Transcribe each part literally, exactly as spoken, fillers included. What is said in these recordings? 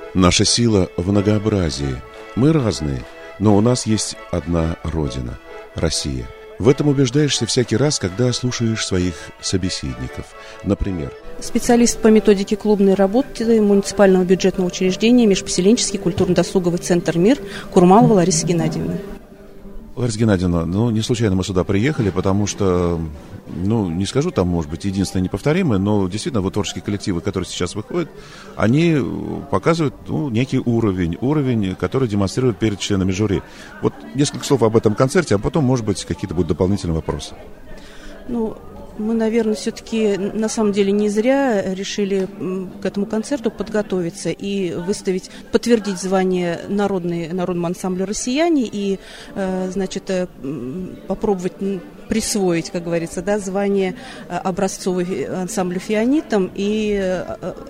Наша сила в многообразии. Мы разные, но у нас есть одна родина – Россия. В этом убеждаешься всякий раз, когда слушаешь своих собеседников. Например, специалист по методике клубной работы муниципального бюджетного учреждения Межпоселенческий культурно-досуговый центр «Мир» Курмалова Лариса Геннадьевна. Лариса Геннадьевна, ну, не случайно мы сюда приехали, потому что, ну, не скажу, там, может быть, единственное неповторимое, но действительно, вот творческие коллективы, которые сейчас выходят, они показывают, ну, некий уровень, уровень, который демонстрируют перед членами жюри. Вот несколько слов об этом концерте, а потом, может быть, какие-то будут дополнительные вопросы. Ну, мы, наверное, все-таки на самом деле не зря решили к этому концерту подготовиться и выставить, подтвердить звание народный, народному ансамблю «Россияне» и, значит, попробовать присвоить, как говорится, да, звание образцовый ансамблю «Фианитам» и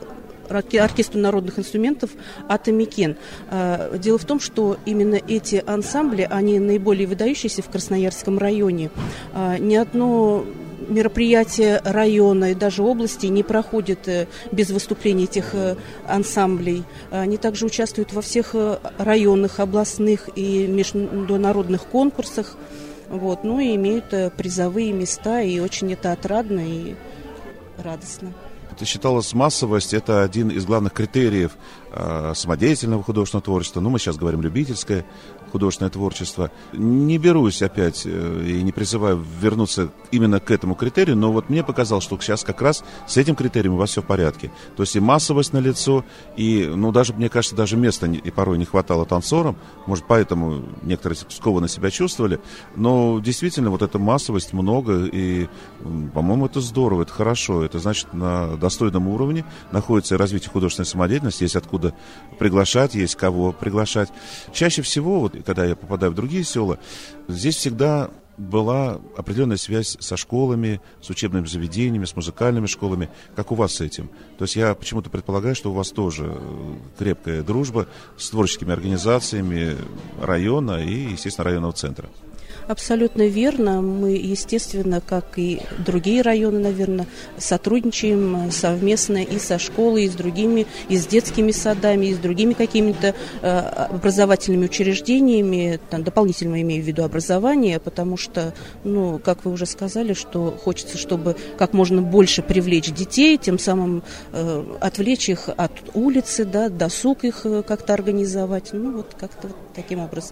оркестру народных инструментов «Атамикен». Дело в том, что именно эти ансамбли, они наиболее выдающиеся в Красноярском районе. Ни одно мероприятие района и даже области не проходит без выступлений этих ансамблей. Они также участвуют во всех районных, областных и международных конкурсах. Вот, ну и имеют призовые места, и очень это отрадно и радостно. Это считалось массовость, это один из главных критериев э, самодеятельного художественного творчества. Ну, мы сейчас говорим любительское художественное творчество. Не берусь опять э, и не призываю вернуться именно к этому критерию, но вот мне показалось, что сейчас как раз с этим критерием у вас все в порядке. То есть и массовость налицо, и, ну, даже, мне кажется, даже места не, и порой не хватало танцорам, может, поэтому некоторые скованно себя чувствовали, но действительно вот эта массовость много, и, по-моему, это здорово, это хорошо, это значит, на достойном уровне находится и развитие художественной самодеятельности, есть откуда приглашать, есть кого приглашать. Чаще всего, вот, когда я попадаю в другие села, здесь всегда была определенная связь со школами, с учебными заведениями, с музыкальными школами. Как у вас с этим? То есть я почему-то предполагаю, что у вас тоже крепкая дружба с творческими организациями района и, естественно, районного центра. Абсолютно верно. Мы, естественно, как и другие районы, наверное, сотрудничаем совместно и со школой, и с другими, и с детскими садами, и с другими какими-то э, образовательными учреждениями, там, дополнительно имею в виду образование, потому что, ну, как вы уже сказали, что хочется, чтобы как можно больше привлечь детей, тем самым э, отвлечь их от улицы, да, досуг их как-то организовать. Ну, вот как-то вот таким образом.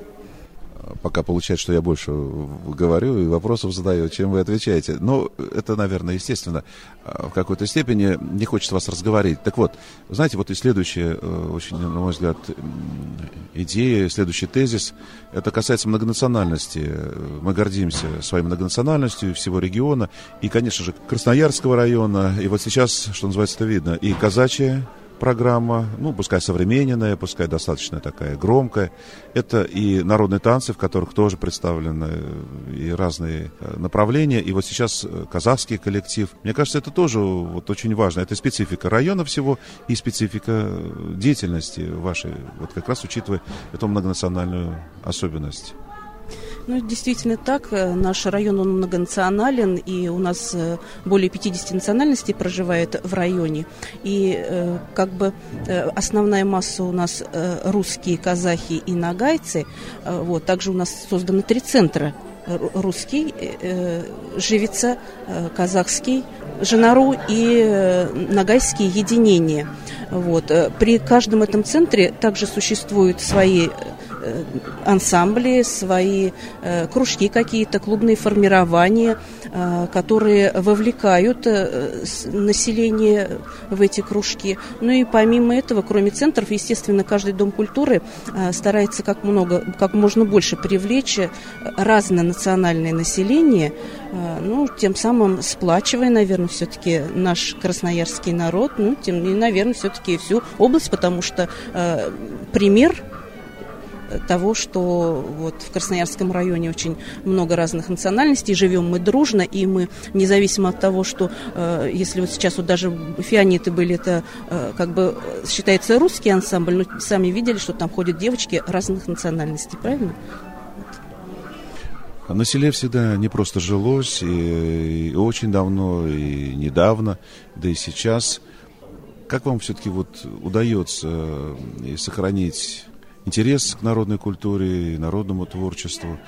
Пока получается, что я больше говорю и вопросов задаю, чем вы отвечаете. Но это, наверное, естественно, в какой-то степени не хочется вас разговорить. Так вот, знаете, вот и следующая, очень, на мой взгляд, идея, следующий тезис, это касается многонациональности. Мы гордимся своей многонациональностью всего региона, и, конечно же, Красноярского района, и вот сейчас, что называется, это видно, и казачья программа, ну, пускай современная, пускай достаточно такая громкая. Это и народные танцы, в которых тоже представлены и разные направления. И вот сейчас казахский коллектив. Мне кажется, это тоже вот очень важно. Это специфика района всего и специфика деятельности вашей, вот как раз учитывая эту многонациональную особенность. Ну, действительно так. Наш район, он многонационален, и у нас более пятьдесят национальностей проживает в районе. И как бы основная масса у нас русские, казахи и нагайцы. Вот. Также у нас созданы три центра. Русский, Живица, казахский, Женару и нагайские единения. Вот. При каждом этом центре также существуют свои ансамбли, свои э, кружки какие-то, клубные формирования, э, которые вовлекают э, население в эти кружки. Ну и помимо этого, кроме центров, естественно, каждый дом культуры э, старается как много, как можно больше привлечь разнонациональное население, э, ну, тем самым сплачивая, наверное, все-таки наш красноярский народ, ну, тем, и, наверное, все-таки всю область, потому что э, пример того, что вот в Красноярском районе очень много разных национальностей, живем мы дружно, и мы, независимо от того, что э, если вот сейчас вот даже фианиты были, это э, как бы считается русский ансамбль, но сами видели, что там ходят девочки разных национальностей, правильно? На селе всегда не просто жилось, и, и очень давно, и недавно, да и сейчас. Как вам все-таки вот удается сохранить интерес к народной культуре и народному творчеству?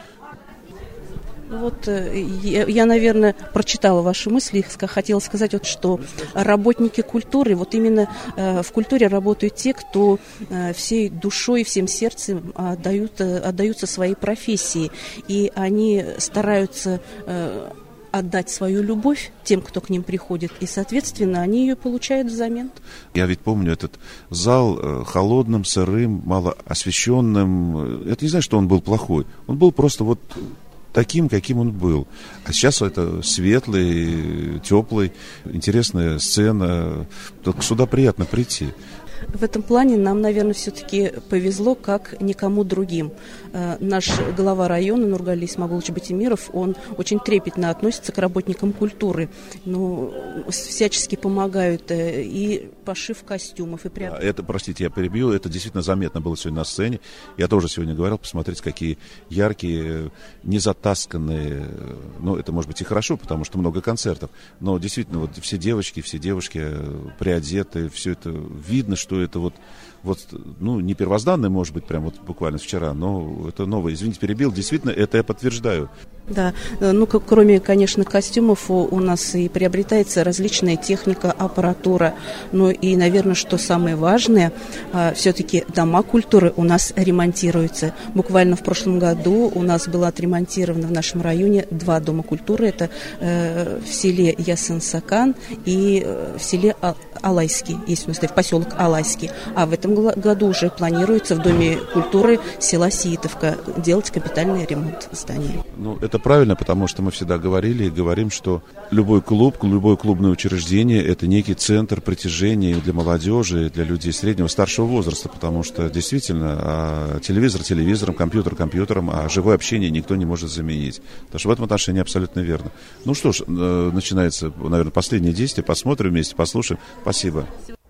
Вот я, я, наверное, прочитала ваши мысли, хотела сказать, вот, что работники культуры, вот именно э, в культуре работают те, кто э, всей душой, всем сердцем отдают, отдаются своей профессии, и они стараются э, отдать свою любовь тем, кто к ним приходит, и, соответственно, они ее получают взамен. Я ведь помню этот зал холодным, сырым, малоосвещенным. Это не значит, что он был плохой, он был просто вот таким, каким он был. А сейчас это светлый, теплый, интересная сцена. Только сюда приятно прийти. В этом плане нам, наверное, все-таки повезло, как никому другим. Э, наш глава района Нургали Исмагулович Батимиров, он очень трепетно относится к работникам культуры. Ну, всячески помогают э, и пошив костюмов, и прям... Это, простите, я перебью, это действительно заметно было сегодня на сцене. Я тоже сегодня говорил, посмотрите, какие яркие, незатасканные, ну, это может быть и хорошо, потому что много концертов, но действительно, вот все девочки, все девушки приодеты, все это видно, что что это вот, вот, ну, не первозданное, может быть, прям вот буквально вчера, но это новое. Извините, перебил, действительно, это я подтверждаю. Да, ну, как, кроме, конечно, костюмов, у, у нас и приобретается различная техника, аппаратура. Ну и, наверное, что самое важное, а, все-таки дома культуры у нас ремонтируются. Буквально в прошлом году у нас было отремонтировано в нашем районе два дома культуры. Это э, в селе Ясын-Сакан и э, в селе а- Алайский, есть у нас в поселок Алайский. А в этом году уже планируется в Доме культуры села Сиитовка делать капитальный ремонт здания. Ну, это правильно, потому что мы всегда говорили и говорим, что любой клуб, любое клубное учреждение – это некий центр притяжения для молодежи, для людей среднего, старшего возраста, потому что действительно а телевизор телевизором, компьютер компьютером, а живое общение никто не может заменить. Так что в этом отношении абсолютно верно. Ну что ж, начинается, наверное, последнее действие. Посмотрим вместе, послушаем. Спасибо.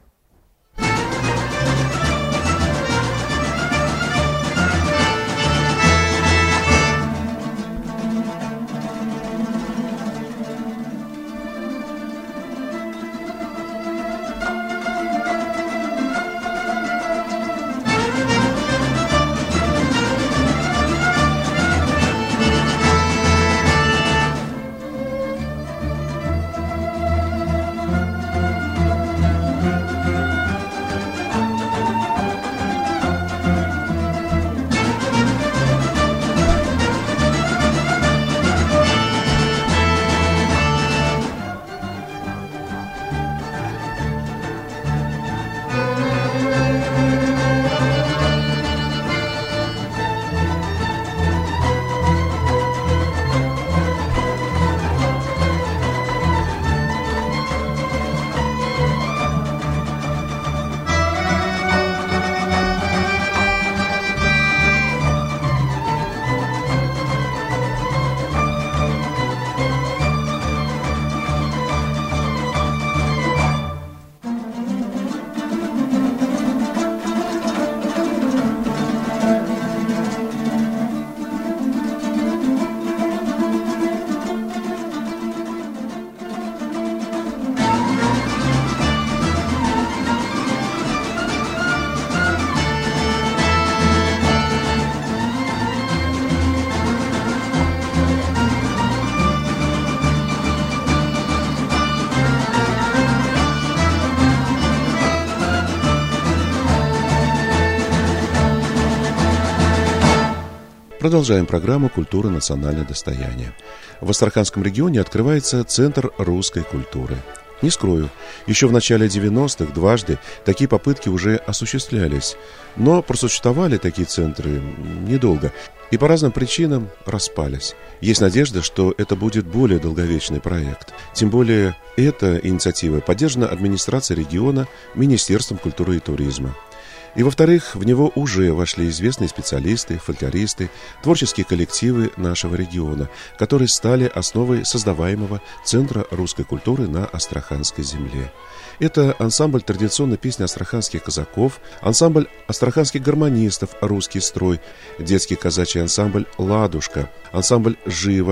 Продолжаем программу «Культура. Национальное достояние». В Астраханском регионе открывается Центр русской культуры. Не скрою, еще в начале девяностых дважды такие попытки уже осуществлялись, но просуществовали такие центры недолго и по разным причинам распались. Есть надежда, что это будет более долговечный проект. Тем более, эта инициатива поддержана администрацией региона, Министерством культуры и туризма. И, во-вторых, в него уже вошли известные специалисты, фольклористы, творческие коллективы нашего региона, которые стали основой создаваемого Центра русской культуры на Астраханской земле. Это ансамбль традиционной песни астраханских казаков, ансамбль астраханских гармонистов «Русский строй», детский казачий ансамбль «Ладушка», ансамбль «Жива»,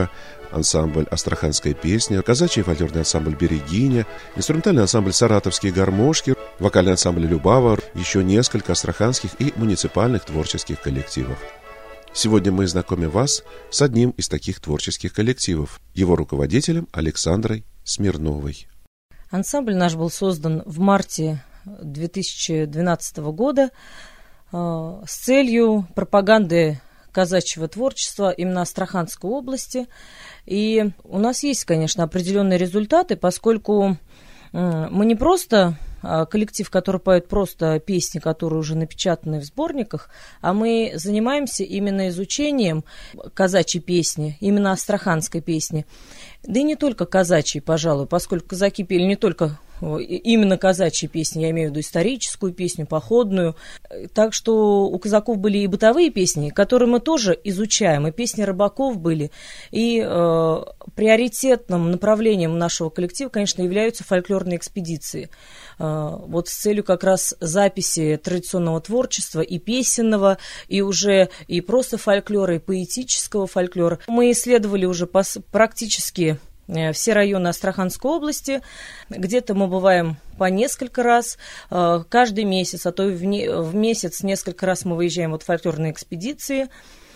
ансамбль «Астраханская песня», казачий фольклорный ансамбль «Берегиня», инструментальный ансамбль «Саратовские гармошки», вокальный ансамбль «Любава», еще несколько астраханских и муниципальных творческих коллективов. Сегодня мы знакомим вас с одним из таких творческих коллективов, его руководителем Александрой Смирновой. Ансамбль наш был создан в марте две тысячи двенадцатого года э, с целью пропаганды казачьего творчества именно Астраханской области. И у нас есть, конечно, определенные результаты, поскольку э, мы не просто коллектив, который поет просто песни, которые уже напечатаны в сборниках, а мы занимаемся именно изучением казачьей песни, именно астраханской песни. Да и не только казачьей, пожалуй, поскольку казаки пели не только именно казачьи песни, я имею в виду историческую песню, походную. Так что у казаков были и бытовые песни, которые мы тоже изучаем, и песни рыбаков были. И э, приоритетным направлением нашего коллектива, конечно, являются фольклорные экспедиции. Э, вот с целью как раз записи традиционного творчества и песенного, и уже и просто фольклора, и поэтического фольклора. Мы исследовали уже пос- практически все районы Астраханской области. Где-то мы бываем по несколько раз, каждый месяц, а то и в, не, в месяц несколько раз мы выезжаем вот в фольклорные экспедиции.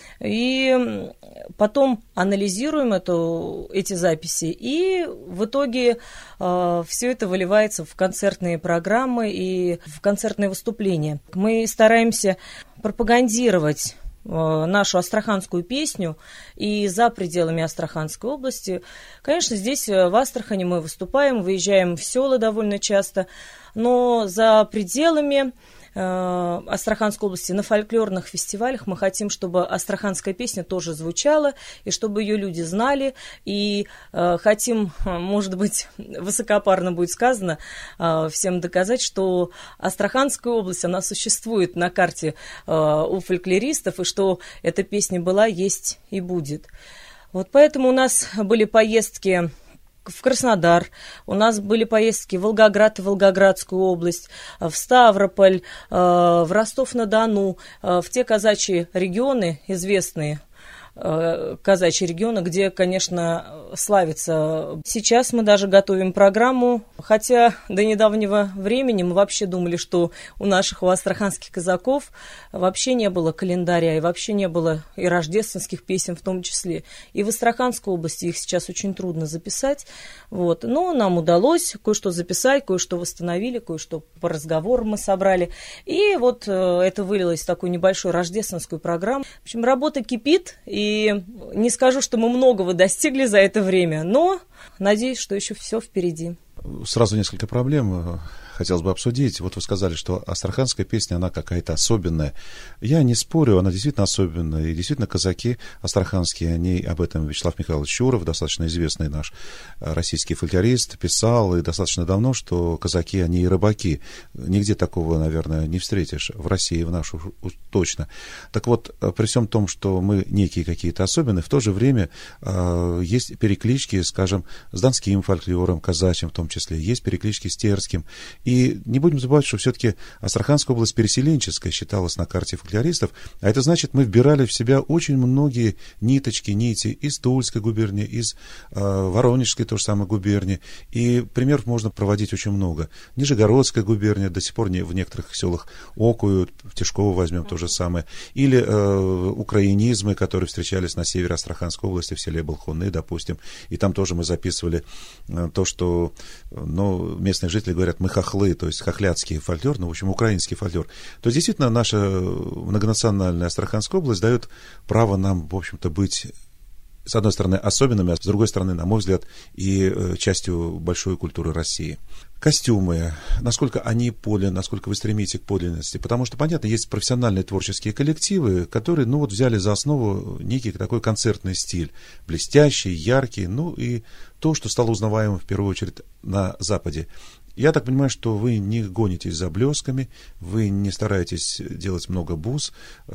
И потом анализируем эту, эти записи, и в итоге э, все это выливается в концертные программы и в концертные выступления. Мы стараемся пропагандировать нашу астраханскую песню и за пределами Астраханской области. Конечно, здесь в Астрахани мы выступаем, выезжаем в села довольно часто, но за пределами э, Астраханской области на фольклорных фестивалях мы хотим, чтобы астраханская песня тоже звучала, и чтобы ее люди знали, и э, хотим, может быть, высокопарно будет сказано, э, всем доказать, что Астраханская область, она существует на карте э, у фольклористов, и что эта песня была, есть и будет. Вот поэтому у нас были поездки в Краснодар, у нас были поездки в Волгоград и Волгоградскую область, в Ставрополь, в Ростов-на-Дону, в те казачьи регионы, известные казачьи регионы, где, конечно, славится. Сейчас мы даже готовим программу, хотя до недавнего времени мы вообще думали, что у наших, у астраханских казаков вообще не было календаря, и вообще не было и рождественских песен в том числе. И в Астраханской области их сейчас очень трудно записать. Вот. Но нам удалось кое-что записать, кое-что восстановили, кое-что по разговорам мы собрали. И вот это вылилось в такую небольшую рождественскую программу. В общем, работа кипит, и И не скажу, что мы многого достигли за это время, но надеюсь, что еще все впереди. Сразу несколько проблем хотелось бы обсудить. Вот вы сказали, что астраханская песня, она какая-то особенная. Я не спорю, она действительно особенная. И действительно, казаки астраханские, они об этом Вячеслав Михайлович Чуров, достаточно известный наш российский фольклорист, писал, и достаточно давно, что казаки, они и рыбаки. Нигде такого, наверное, не встретишь. В России, в нашу точно. Так вот, при всем том, что мы некие какие-то особенные, в то же время э, есть переклички, скажем, с донским фольклором, казачьим в том числе, есть переклички с терским. И не будем забывать, что все-таки Астраханская область переселенческая считалась на карте фольклористов, а это значит, мы вбирали в себя очень многие ниточки, нити из Тульской губернии, из э, Воронежской той же самой губернии. И примеров можно проводить очень много. Нижегородская губерния до сих пор не, в некоторых селах окуют, в Тишково возьмем то же самое. Или э, украинизмы, которые встречались на севере Астраханской области, в селе Болхуны, допустим. И там тоже мы записывали э, то, что ну, местные жители говорят, мы хохлы, то есть хохлядский фольклор, ну, в общем, украинский фольклор. То есть, действительно, наша многонациональная Астраханская область дает право нам, в общем-то, быть, с одной стороны, особенными, а с другой стороны, на мой взгляд, и частью большой культуры России. Костюмы, насколько они подлинны, насколько вы стремитесь к подлинности, потому что, понятно, есть профессиональные творческие коллективы, которые, ну, вот взяли за основу некий такой концертный стиль, блестящий, яркий, ну, и то, что стало узнаваемым, в первую очередь, на Западе. Я так понимаю, что вы не гонитесь за блесками, вы не стараетесь делать много бус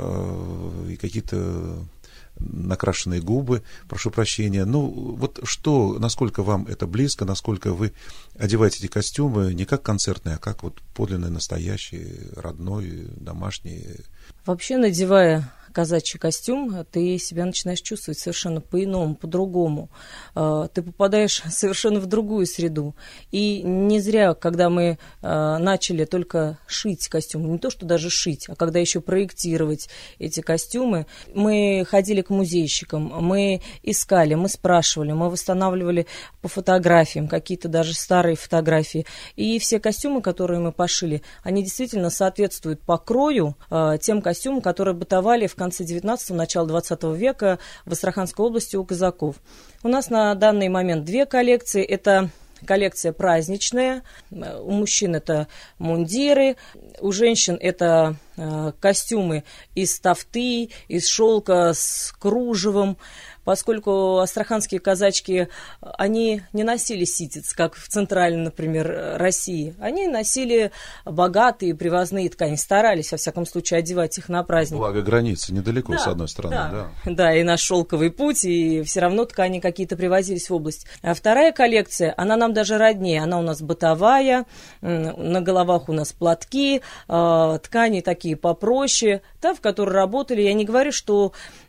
э, и какие-то накрашенные губы, прошу прощения. Ну, вот что, насколько вам это близко, насколько вы одеваете эти костюмы не как концертные, а как вот подлинные, настоящие, родной, домашние? Вообще, надевая казачий костюм, ты себя начинаешь чувствовать совершенно по-иному, по-другому. Ты попадаешь совершенно в другую среду. И не зря, когда мы начали только шить костюм, не то что даже шить, а когда еще проектировать эти костюмы, мы ходили к музейщикам, мы искали, мы спрашивали, мы восстанавливали по фотографиям, какие-то даже старые фотографии. И все костюмы, которые мы пошили, они действительно соответствуют по крою э, тем костюмам, которые бытовали в конце девятнадцатого, начало двадцатого века в Астраханской области у казаков. У нас на данный момент две коллекции. Это коллекция праздничная. У мужчин это мундиры, у женщин это э, костюмы из тафты, из шелка с кружевом. Поскольку астраханские казачки, они не носили ситец, как в центральной, например, России. Они носили богатые привозные ткани, старались, во всяком случае, одевать их на праздник. Благо границы недалеко, да, с одной стороны. Да. Да. да, и наш шелковый путь, и все равно ткани какие-то привозились в область. А вторая коллекция, она нам даже роднее. Она у нас бытовая, на головах у нас платки, ткани такие попроще, та, в которой работали. Я не говорю, что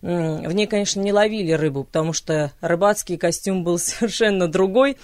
в ней, конечно, не ловили рыбу, рыбу, потому что рыбацкий костюм был совершенно другой,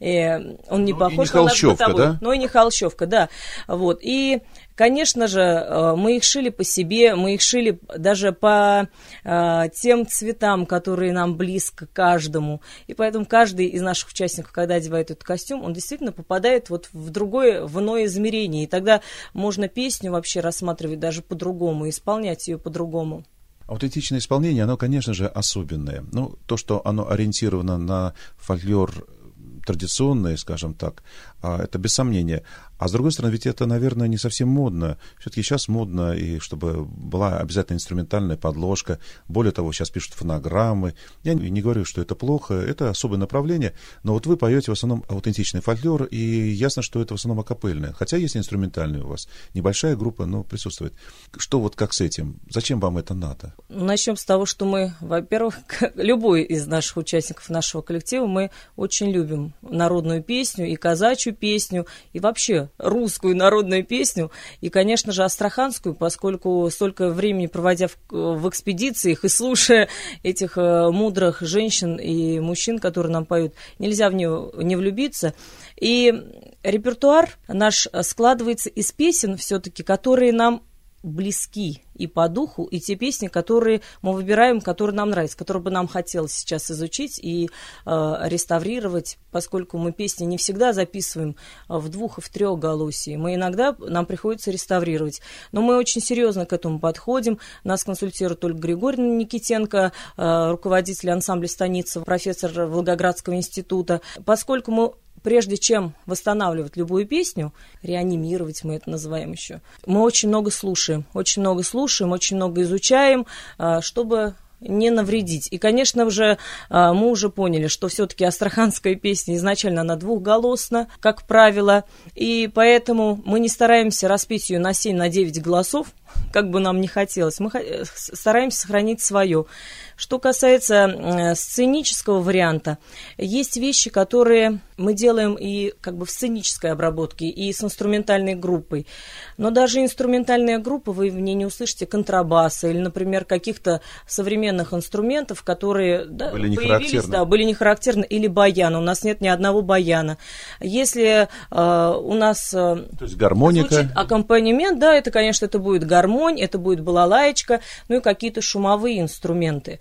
и он не ну, похож не на наш бытовой, да? но и не холщовка, да. Вот. И, конечно же, мы их шили по себе, мы их шили даже по э, тем цветам, которые нам близко каждому. И поэтому каждый из наших участников, когда одевает этот костюм, он действительно попадает вот в другое, в иное измерение. И тогда можно песню вообще рассматривать даже по-другому, исполнять ее по-другому. Аутентичное исполнение, оно, конечно же, особенное. Ну, то, что оно ориентировано на фольклор традиционный, скажем так, это без сомнения. А с другой стороны, ведь это, наверное, не совсем модно. Все-таки сейчас модно, и чтобы была обязательно инструментальная подложка. Более того, сейчас пишут фонограммы. Я не говорю, что это плохо, это особое направление. Но вот вы поете в основном аутентичный фольклор, и ясно, что это в основном акапельное. Хотя есть инструментальный у вас. Небольшая группа, но присутствует. Что вот как с этим? Зачем вам это надо? Начнем с того, что мы, во-первых, любой из наших участников нашего коллектива, мы очень любим народную песню и казачью песню, и вообще русскую народную песню, и, конечно же, астраханскую, поскольку столько времени проводя в, в экспедициях и слушая этих э, мудрых женщин и мужчин, которые нам поют, нельзя в нее не влюбиться. И репертуар наш складывается из песен все-таки, которые нам близки и по духу, и те песни, которые мы выбираем, которые нам нравятся, которые бы нам хотелось сейчас изучить и э, реставрировать, поскольку мы песни не всегда записываем в двух и в трех голосии. Мы иногда, нам приходится реставрировать. Но мы очень серьезно к этому подходим. Нас консультирует Ольга Григорьевна Никитенко, э, руководитель ансамбля «Станица», профессор Волгоградского института. Поскольку мы прежде чем восстанавливать любую песню, реанимировать мы это называем еще, мы очень много слушаем, очень много слушаем, очень много изучаем, чтобы не навредить. И, конечно же, мы уже поняли, что все-таки астраханская песня изначально она двухголосна, как правило, и поэтому мы не стараемся распеть ее на семь, на девять голосов, как бы нам ни хотелось. Мы стараемся сохранить свое. Что касается сценического варианта, есть вещи, которые мы делаем и как бы в сценической обработке, и с инструментальной группой. Но даже инструментальная группа, вы в ней не услышите контрабаса или, например, каких-то современных инструментов, которые да, были не появились, характерны. Да, были не характерны, или баяна. У нас нет ни одного баяна. Если э, у нас э, То есть гармоника. звучит аккомпанемент, да, это, конечно, это будет гармонь, это будет балалаечка, ну и какие-то шумовые инструменты.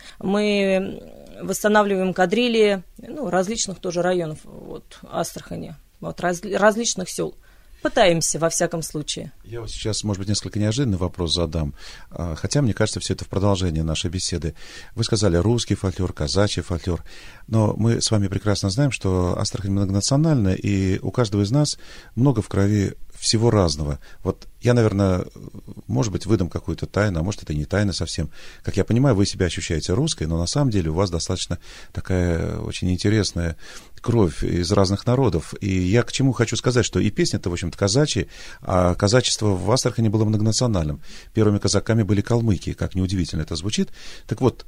Мы восстанавливаем кадрили ну, различных тоже районов вот, Астрахани, вот, раз, различных сел. Пытаемся, во всяком случае. Я вот сейчас, может быть, несколько неожиданный вопрос задам, хотя, мне кажется, все это в продолжении нашей беседы. Вы сказали русский фольклор, казачий фольклор, но мы с вами прекрасно знаем, что Астрахань многонациональная, и у каждого из нас много в крови всего разного. Вот я, наверное, может быть, выдам какую-то тайну, а может, это и не тайна совсем. Как я понимаю, вы себя ощущаете русской, но на самом деле у вас достаточно такая очень интересная кровь из разных народов. И я к чему хочу сказать, что и песни-то, в общем-то, казачьи, а казачество в Астрахани было многонациональным. Первыми казаками были калмыки, как неудивительно это звучит. Так вот,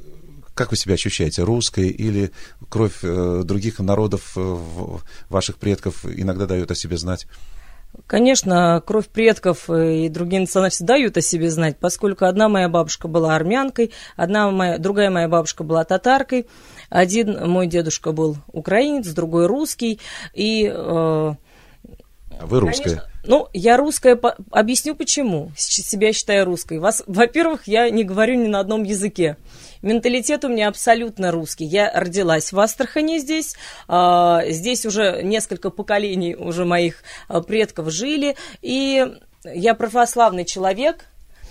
как вы себя ощущаете, русской или кровь других народов ваших предков иногда дает о себе знать? Конечно, кровь предков и другие национальности дают о себе знать, поскольку одна моя бабушка была армянкой, одна моя, другая моя бабушка была татаркой, один мой дедушка был украинец, другой русский, и... Э, Вы русская? Конечно, ну, я русская, по... объясню почему, себя считаю русской. Вас... Во-первых, я не говорю ни на одном языке. Менталитет у меня абсолютно русский. Я родилась в Астрахани здесь. Здесь уже несколько поколений уже моих предков жили. И я православный человек.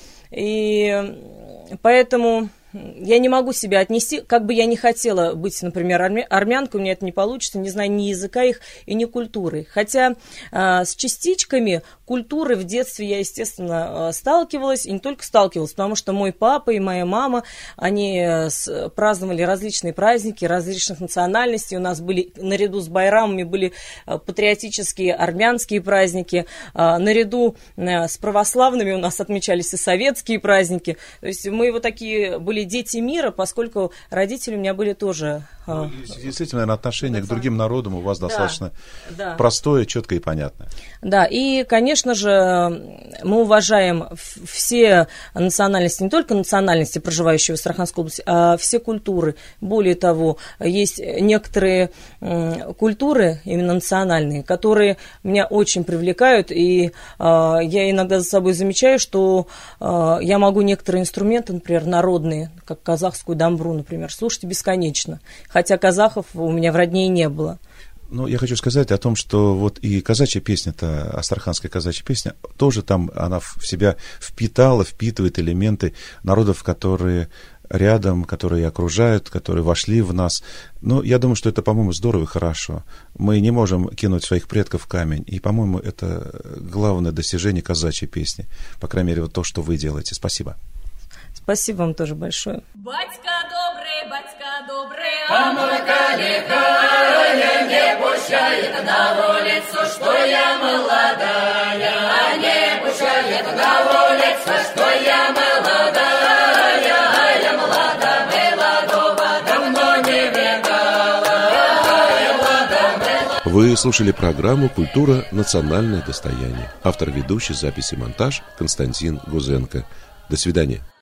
И поэтому я не могу себя отнести, как бы я ни хотела быть, например, армя... армянкой, у меня это не получится, не знаю ни языка их и ни культуры. Хотя э, с частичками культуры в детстве я, естественно, сталкивалась, и не только сталкивалась, потому что мой папа и моя мама, они с... праздновали различные праздники различных национальностей. У нас были, наряду с байрамами, были патриотические армянские праздники, э, наряду э, с православными у нас отмечались и советские праздники. То есть мы вот такие были дети мира, поскольку родители у меня были тоже... Ну, действительно, наверное, отношение к другим народам у вас да, достаточно да. простое, четкое и понятное. Да, и, конечно же, мы уважаем все национальности, не только национальности, проживающие в Астраханской области, а все культуры. Более того, есть некоторые культуры, именно национальные, которые меня очень привлекают, и я иногда за собой замечаю, что я могу некоторые инструменты, например, народные, как казахскую дамбру, например, слушать бесконечно. Хотя казахов у меня в родне и не было. Ну, я хочу сказать о том, что вот и казачья песня-то, астраханская казачья песня, тоже там она в себя впитала, впитывает элементы народов, которые рядом, которые окружают, которые вошли в нас. Но я думаю, что это, по-моему, здорово и хорошо. Мы не можем кинуть своих предков в камень. И, по-моему, это главное достижение казачьей песни. По крайней мере, вот то, что вы делаете. Спасибо. Спасибо вам тоже большое. Батька добрый, батька добрый, а молока лихая не пущает на улицу, что я молодая, не пущает на улицу, что я молодая, я молода была, дома давно не видала, я молода была. Вы слушали программу «Культура. Национальное достояние». Автор, ведущий, запись и монтаж Константин Гузенко. До свидания.